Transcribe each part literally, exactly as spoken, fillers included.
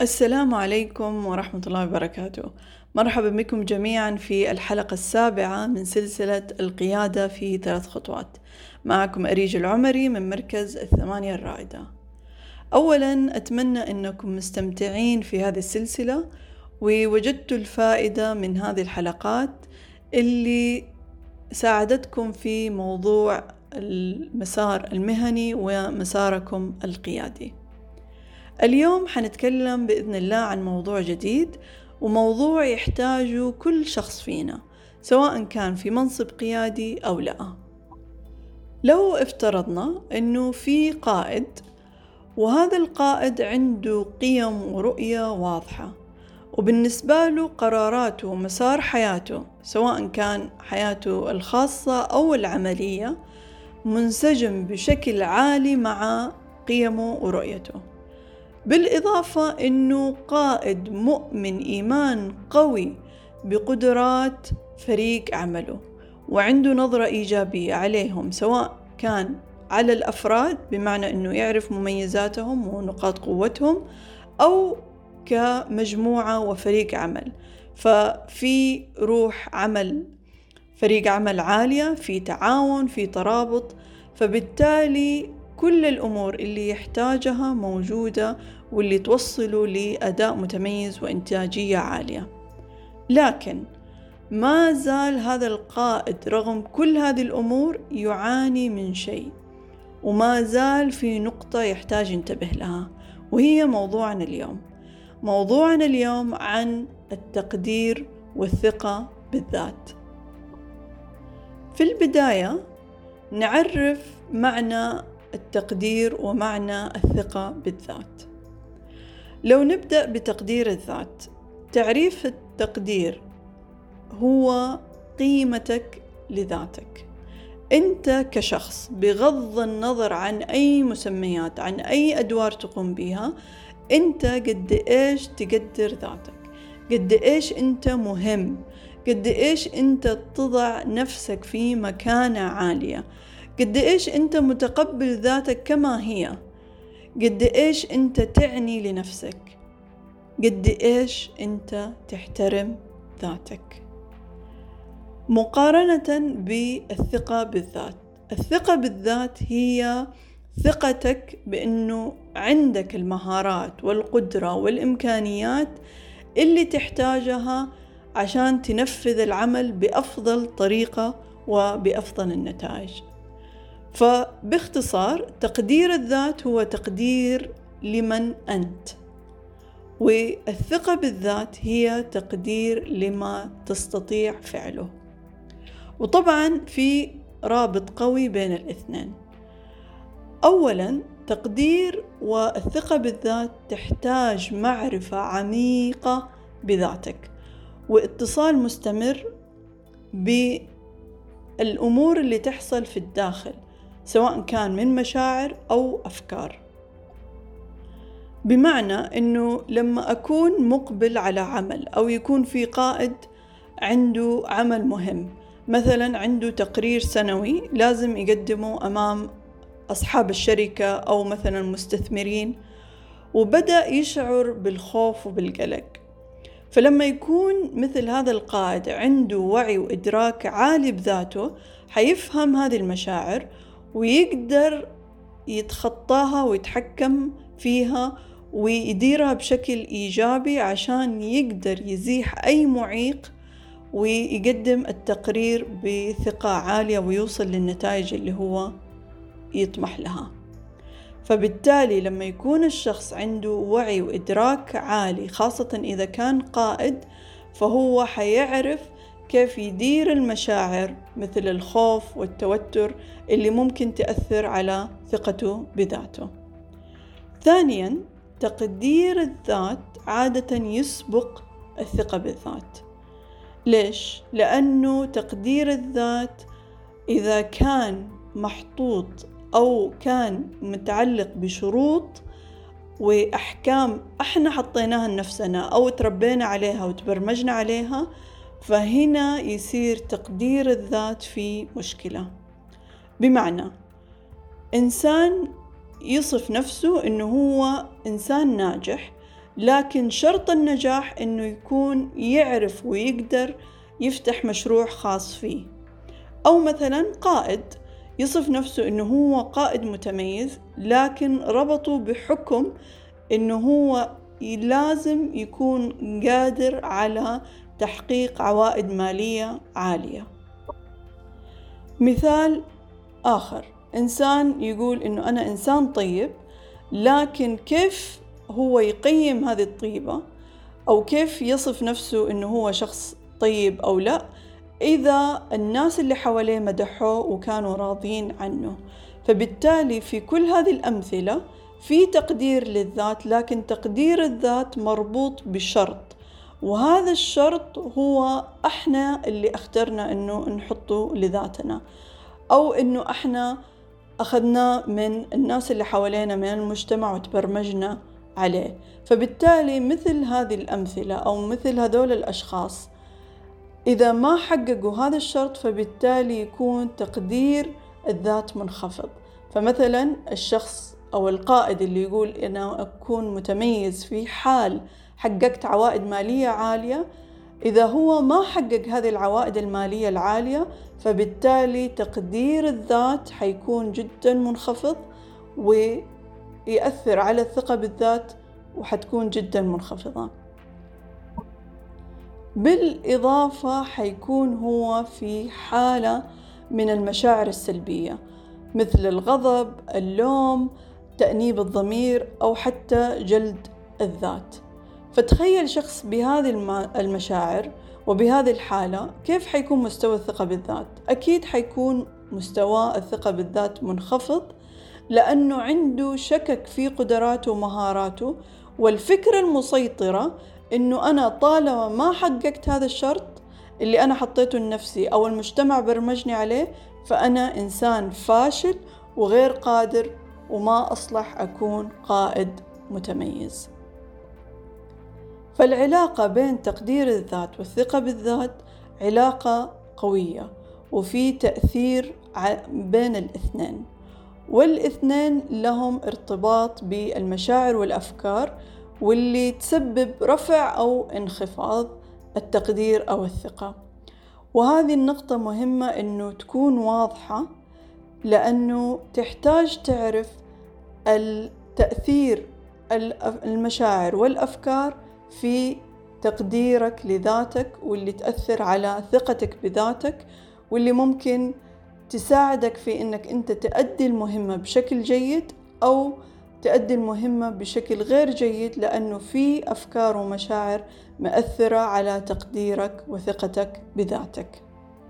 السلام عليكم ورحمة الله وبركاته. مرحبا بكم جميعا في الحلقة السابعة من سلسلة القيادة في ثلاث خطوات. معكم أريج العمري من مركز الثمانية الرائدة. أولا أتمنى أنكم مستمتعين في هذه السلسلة ووجدتوا الفائدة من هذه الحلقات اللي ساعدتكم في موضوع المسار المهني ومساركم القيادي. اليوم حنتكلم بإذن الله عن موضوع جديد، وموضوع يحتاجه كل شخص فينا سواء كان في منصب قيادي أو لا. لو افترضنا أنه في قائد، وهذا القائد عنده قيم ورؤية واضحة، وبالنسبة له قراراته ومسار حياته سواء كان حياته الخاصة أو العملية منسجم بشكل عالي مع قيمه ورؤيته، بالإضافة أنه قائد مؤمن إيمان قوي بقدرات فريق عمله، وعنده نظرة إيجابية عليهم سواء كان على الأفراد بمعنى أنه يعرف مميزاتهم ونقاط قوتهم، أو كمجموعة وفريق عمل. ففي روح عمل فريق عمل عالية، في تعاون، في ترابط، فبالتالي كل الأمور اللي يحتاجها موجودة واللي توصله لأداء متميز وإنتاجية عالية. لكن ما زال هذا القائد رغم كل هذه الأمور يعاني من شيء، وما زال في نقطة يحتاج ينتبه لها، وهي موضوعنا اليوم. موضوعنا اليوم عن التقدير والثقة بالذات. في البداية نعرف معنى التقدير ومعنى الثقة بالذات. لو نبدأ بتقدير الذات، تعريف التقدير هو قيمتك لذاتك أنت كشخص، بغض النظر عن أي مسميات، عن أي أدوار تقوم بها، أنت قد إيش تقدر ذاتك، قد إيش أنت مهم، قد إيش أنت تضع نفسك في مكانة عالية، قد إيش أنت متقبل ذاتك كما هي، قد إيش أنت تعني لنفسك، قد إيش أنت تحترم ذاتك. مقارنة بالثقة بالذات، الثقة بالذات هي ثقتك بأنه عندك المهارات والقدرة والإمكانيات اللي تحتاجها عشان تنفذ العمل بأفضل طريقة وبأفضل النتائج. فباختصار تقدير الذات هو تقدير لمن أنت، والثقة بالذات هي تقدير لما تستطيع فعله. وطبعا في رابط قوي بين الاثنين. أولا، تقدير والثقة بالذات تحتاج معرفة عميقة بذاتك واتصال مستمر بالأمور اللي تحصل في الداخل سواء كان من مشاعر أو أفكار. بمعنى أنه لما أكون مقبل على عمل، أو يكون في قائد عنده عمل مهم، مثلا عنده تقرير سنوي لازم يقدمه أمام أصحاب الشركة أو مثلا المستثمرين، وبدأ يشعر بالخوف وبالقلق. فلما يكون مثل هذا القائد عنده وعي وإدراك عالي بذاته، حيفهم هذه المشاعر ويقدر يتخطاها ويتحكم فيها ويديرها بشكل إيجابي عشان يقدر يزيح أي معيق ويقدم التقرير بثقة عالية ويوصل للنتائج اللي هو يطمح لها. فبالتالي لما يكون الشخص عنده وعي وإدراك عالي، خاصة إذا كان قائد، فهو حيعرف كيف يدير المشاعر مثل الخوف والتوتر اللي ممكن تأثر على ثقته بذاته. ثانياً، تقدير الذات عادة يسبق الثقة بالذات. ليش؟ لأنه تقدير الذات إذا كان محطوط أو كان متعلق بشروط وأحكام إحنا حطيناها لنفسنا أو تربينا عليها وتبرمجنا عليها، فهنا يصير تقدير الذات في مشكلة. بمعنى إنسان يصف نفسه إنه هو إنسان ناجح، لكن شرط النجاح إنه يكون يعرف ويقدر يفتح مشروع خاص فيه. أو مثلا قائد يصف نفسه إنه هو قائد متميز، لكن ربطه بحكم إنه هو لازم يكون قادر على تحقيق عوائد مالية عالية. مثال آخر، إنسان يقول إنه أنا إنسان طيب، لكن كيف هو يقيم هذه الطيبة أو كيف يصف نفسه إنه هو شخص طيب أو لا إذا الناس اللي حواليه مدحوه وكانوا راضين عنه؟ فبالتالي في كل هذه الأمثلة في تقدير للذات، لكن تقدير الذات مربوط بشرط، وهذا الشرط هو احنا اللي اخترنا انه نحطه لذاتنا، او انه احنا اخذناه من الناس اللي حوالينا من المجتمع وتبرمجنا عليه. فبالتالي مثل هذه الأمثلة أو مثل هذول الأشخاص إذا ما حققوا هذا الشرط فبالتالي يكون تقدير الذات منخفض. فمثلا الشخص أو القائد اللي يقول أنا أكون متميز في حال حققت عوائد مالية عالية، إذا هو ما حقق هذه العوائد المالية العالية فبالتالي تقدير الذات حيكون جدا منخفض ويأثر على الثقة بالذات وحتكون جدا منخفضة. بالإضافة حيكون هو في حالة من المشاعر السلبية مثل الغضب، اللوم، تأنيب الضمير أو حتى جلد الذات. فتخيل شخص بهذه المشاعر وبهذه الحالة كيف حيكون مستوى الثقة بالذات؟ أكيد حيكون مستوى الثقة بالذات منخفض، لأنه عنده شكك في قدراته ومهاراته، والفكرة المسيطرة إنه أنا طالما ما حققت هذا الشرط اللي أنا حطيته لنفسي أو المجتمع برمجني عليه فأنا إنسان فاشل وغير قادر وما أصلح أكون قائد متميز. فالعلاقة بين تقدير الذات والثقة بالذات علاقة قوية وفي تأثير بين الاثنين، والاثنين لهم ارتباط بالمشاعر والأفكار واللي تسبب رفع أو انخفاض التقدير أو الثقة. وهذه النقطة مهمة إنه تكون واضحة، لأنه تحتاج تعرف التأثير المشاعر والأفكار في تقديرك لذاتك واللي تأثر على ثقتك بذاتك، واللي ممكن تساعدك في إنك أنت تؤدي المهمة بشكل جيد أو تؤدي المهمة بشكل غير جيد، لأنه في أفكار ومشاعر مؤثرة على تقديرك وثقتك بذاتك.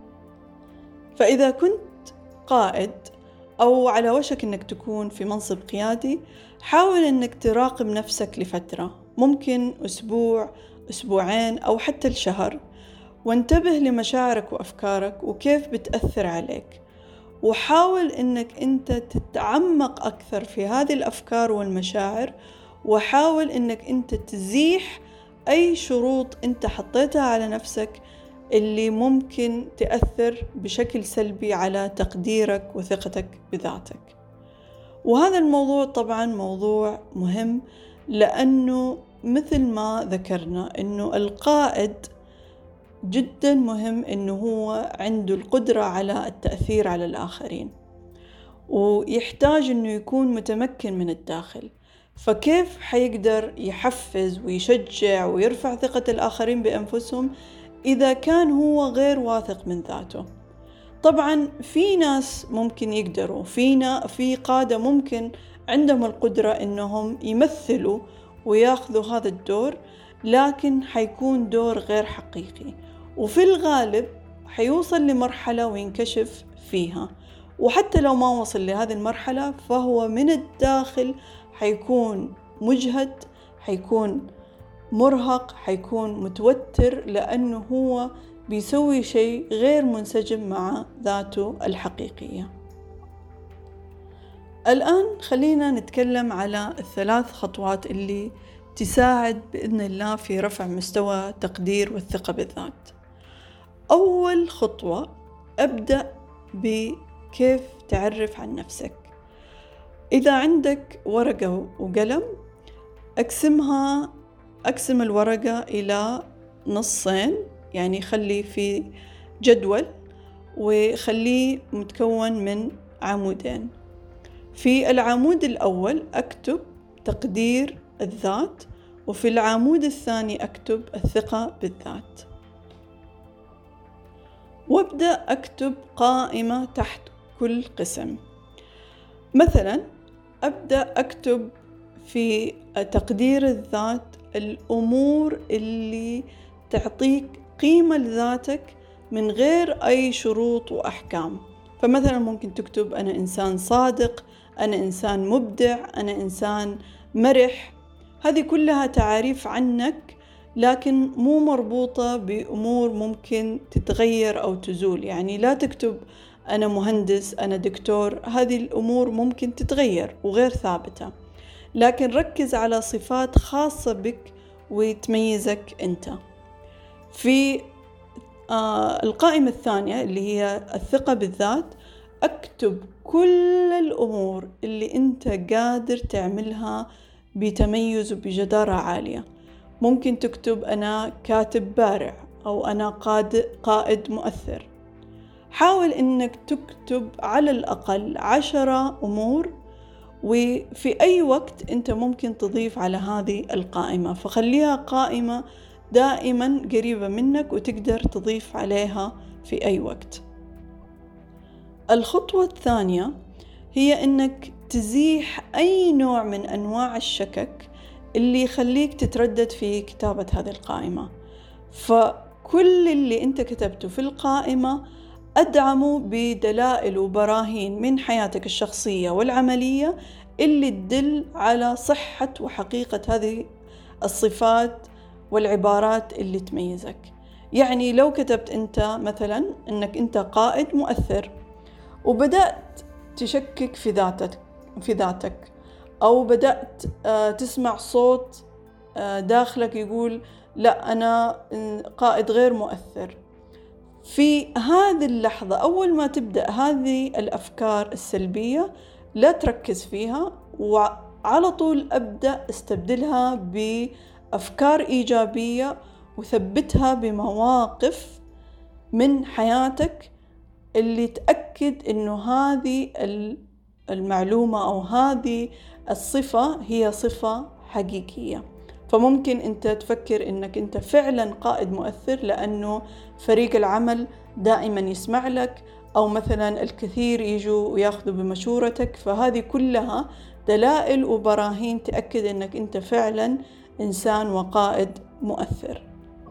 فإذا كنت قائد أو على وشك إنك تكون في منصب قيادي، حاول إنك تراقب نفسك لفترة، ممكن أسبوع، أسبوعين أو حتى الشهر، وانتبه لمشاعرك وأفكارك وكيف بتأثر عليك، وحاول إنك أنت تتعمق أكثر في هذه الأفكار والمشاعر، وحاول إنك أنت تزيح أي شروط أنت حطيتها على نفسك اللي ممكن تأثر بشكل سلبي على تقديرك وثقتك بذاتك. وهذا الموضوع طبعا موضوع مهم، لأنه مثل ما ذكرنا إنه القائد جدا مهم إنه هو عنده القدرة على التأثير على الآخرين، ويحتاج إنه يكون متمكن من الداخل. فكيف حيقدر يحفز ويشجع ويرفع ثقة الآخرين بأنفسهم إذا كان هو غير واثق من ذاته؟ طبعا في ناس ممكن يقدروا، فينا في قادة ممكن عندهم القدرة إنهم يمثلوا وياخذوا هذا الدور، لكن حيكون دور غير حقيقي، وفي الغالب حيوصل لمرحلة وينكشف فيها. وحتى لو ما وصل لهذه المرحلة فهو من الداخل حيكون مجهد، حيكون مرهق، حيكون متوتر، لأنه هو بيسوي شيء غير منسجم مع ذاته الحقيقية. الآن خلينا نتكلم على الثلاث خطوات اللي تساعد بإذن الله في رفع مستوى التقدير والثقة بالذات. أول خطوة، أبدأ بكيف تعرف عن نفسك. إذا عندك ورقة وقلم اقسمها أقسم الورقة إلى نصين، يعني خلي في جدول وخليه متكون من عمودين. في العمود الأول أكتب تقدير الذات، وفي العمود الثاني أكتب الثقة بالذات، وابدأ أكتب قائمة تحت كل قسم. مثلا أبدأ أكتب في تقدير الذات الأمور اللي تعطيك قيمة لذاتك من غير أي شروط وأحكام. فمثلا ممكن تكتب أنا إنسان صادق، أنا إنسان مبدع، أنا إنسان مرح. هذه كلها تعاريف عنك، لكن مو مربوطة بأمور ممكن تتغير أو تزول. يعني لا تكتب أنا مهندس، أنا دكتور، هذه الأمور ممكن تتغير وغير ثابتة، لكن ركز على صفات خاصة بك وتميزك أنت. في آه القائمة الثانية اللي هي الثقة بالذات، أكتب كل الأمور اللي أنت قادر تعملها بتميز وبجدارة عالية. ممكن تكتب أنا كاتب بارع، أو أنا قائد, قائد مؤثر. حاول أنك تكتب على الأقل عشرة أمور، وفي أي وقت أنت ممكن تضيف على هذه القائمة، فخليها قائمة دائما قريبة منك وتقدر تضيف عليها في أي وقت. الخطوة الثانية هي أنك تزيح أي نوع من أنواع الشكك اللي يخليك تتردد في كتابة هذه القائمة. فكل اللي أنت كتبته في القائمة أدعمه بدلائل وبراهين من حياتك الشخصية والعملية اللي تدل على صحة وحقيقة هذه الصفات والعبارات اللي تميزك. يعني لو كتبت أنت مثلا أنك أنت قائد مؤثر، وبدأت تشكك في ذاتك في ذاتك أو بدأت تسمع صوت داخلك يقول لا أنا قائد غير مؤثر، في هذه اللحظة أول ما تبدأ هذه الأفكار السلبية لا تركز فيها، وعلى طول أبدأ استبدلها بأفكار إيجابية وثبتها بمواقف من حياتك اللي تأكد إنه هذه المعلومة أو هذه الصفة هي صفة حقيقية. فممكن أنت تفكر إنك أنت فعلا قائد مؤثر لأنه فريق العمل دائما يسمع لك، أو مثلا الكثير يجوا وياخذوا بمشورتك. فهذه كلها دلائل وبراهين تأكد إنك أنت فعلا إنسان وقائد مؤثر.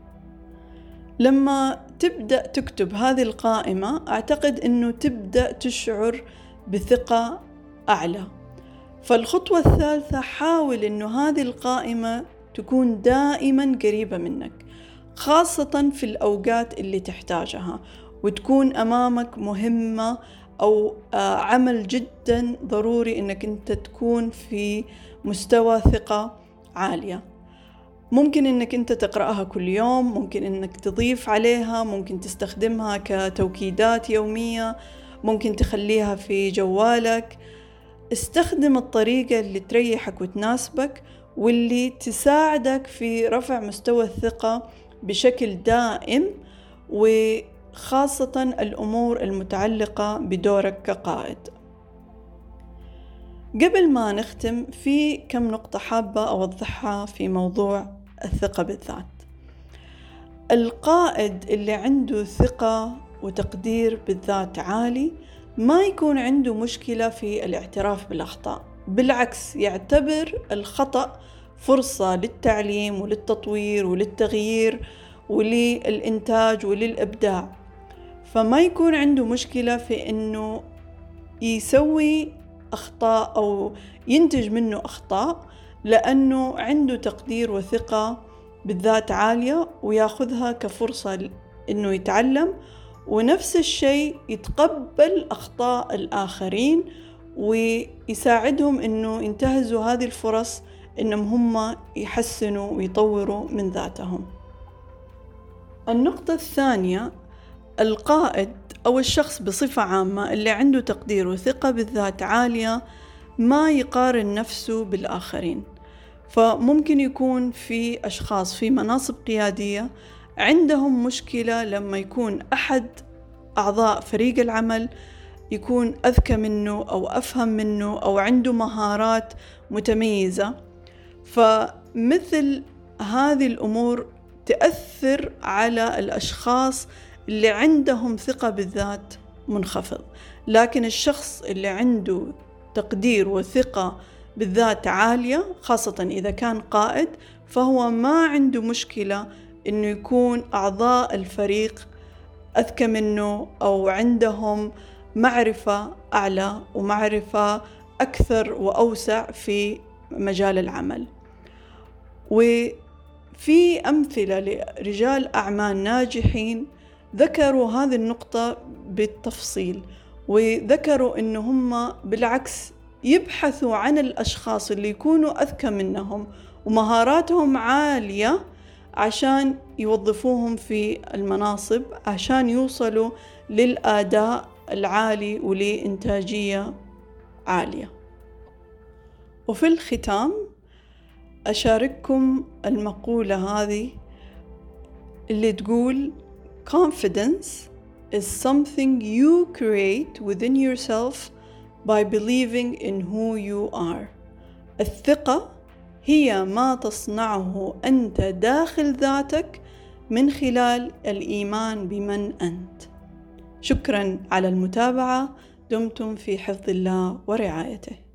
لما تبدأ تكتب هذه القائمة أعتقد أنه تبدأ تشعر بثقة أعلى. فالخطوة الثالثة، حاول أنه هذه القائمة تكون دائما قريبة منك، خاصة في الأوقات اللي تحتاجها وتكون أمامك مهمة أو عمل جدا ضروري أنك أنت تكون في مستوى ثقة عالية. ممكن أنك أنت تقرأها كل يوم، ممكن أنك تضيف عليها، ممكن تستخدمها كتوكيدات يومية، ممكن تخليها في جوالك. استخدم الطريقة اللي تريحك وتناسبك واللي تساعدك في رفع مستوى الثقة بشكل دائم، وخاصة الأمور المتعلقة بدورك كقائد. قبل ما نختم، في كم نقطة حابة أوضحها في موضوع الثقة بالذات. القائد اللي عنده ثقة وتقدير بالذات عالي ما يكون عنده مشكلة في الاعتراف بالأخطاء، بالعكس يعتبر الخطأ فرصة للتعليم وللتطوير وللتغيير وللإنتاج وللإبداع. فما يكون عنده مشكلة في إنه يسوي أخطاء أو ينتج منه أخطاء، لأنه عنده تقدير وثقة بالذات عالية وياخذها كفرصة إنه يتعلم، ونفس الشيء يتقبل أخطاء الآخرين ويساعدهم إنه ينتهزوا هذه الفرص إنهم هم يحسنوا ويطوروا من ذاتهم. النقطة الثانية، القائد أو الشخص بصفة عامة اللي عنده تقدير وثقة بالذات عالية ما يقارن نفسه بالآخرين. فممكن يكون في أشخاص في مناصب قيادية عندهم مشكلة لما يكون أحد أعضاء فريق العمل يكون أذكى منه أو أفهم منه أو عنده مهارات متميزة. فمثل هذه الأمور تأثر على الأشخاص اللي عندهم ثقة بالذات منخفض، لكن الشخص اللي عنده تقدير وثقة بالذات عالية خاصة إذا كان قائد، فهو ما عنده مشكلة إنه يكون أعضاء الفريق أذكى منه أو عندهم معرفة أعلى ومعرفة أكثر وأوسع في مجال العمل. وفي أمثلة لرجال أعمال ناجحين ذكروا هذه النقطة بالتفصيل، وذكروا إن هم بالعكس يبحثوا عن الأشخاص اللي يكونوا أذكى منهم ومهاراتهم عالية عشان يوظفوهم في المناصب عشان يوصلوا للأداء العالي ولإنتاجية عالية. وفي الختام أشارككم المقولة هذه اللي تقول Confidence is something you create within yourself by believing in who you are. الثقة هي ما تصنعه أنت داخل ذاتك من خلال الإيمان بمن أنت. شكراً على المتابعة، دمتم في حفظ الله ورعايته.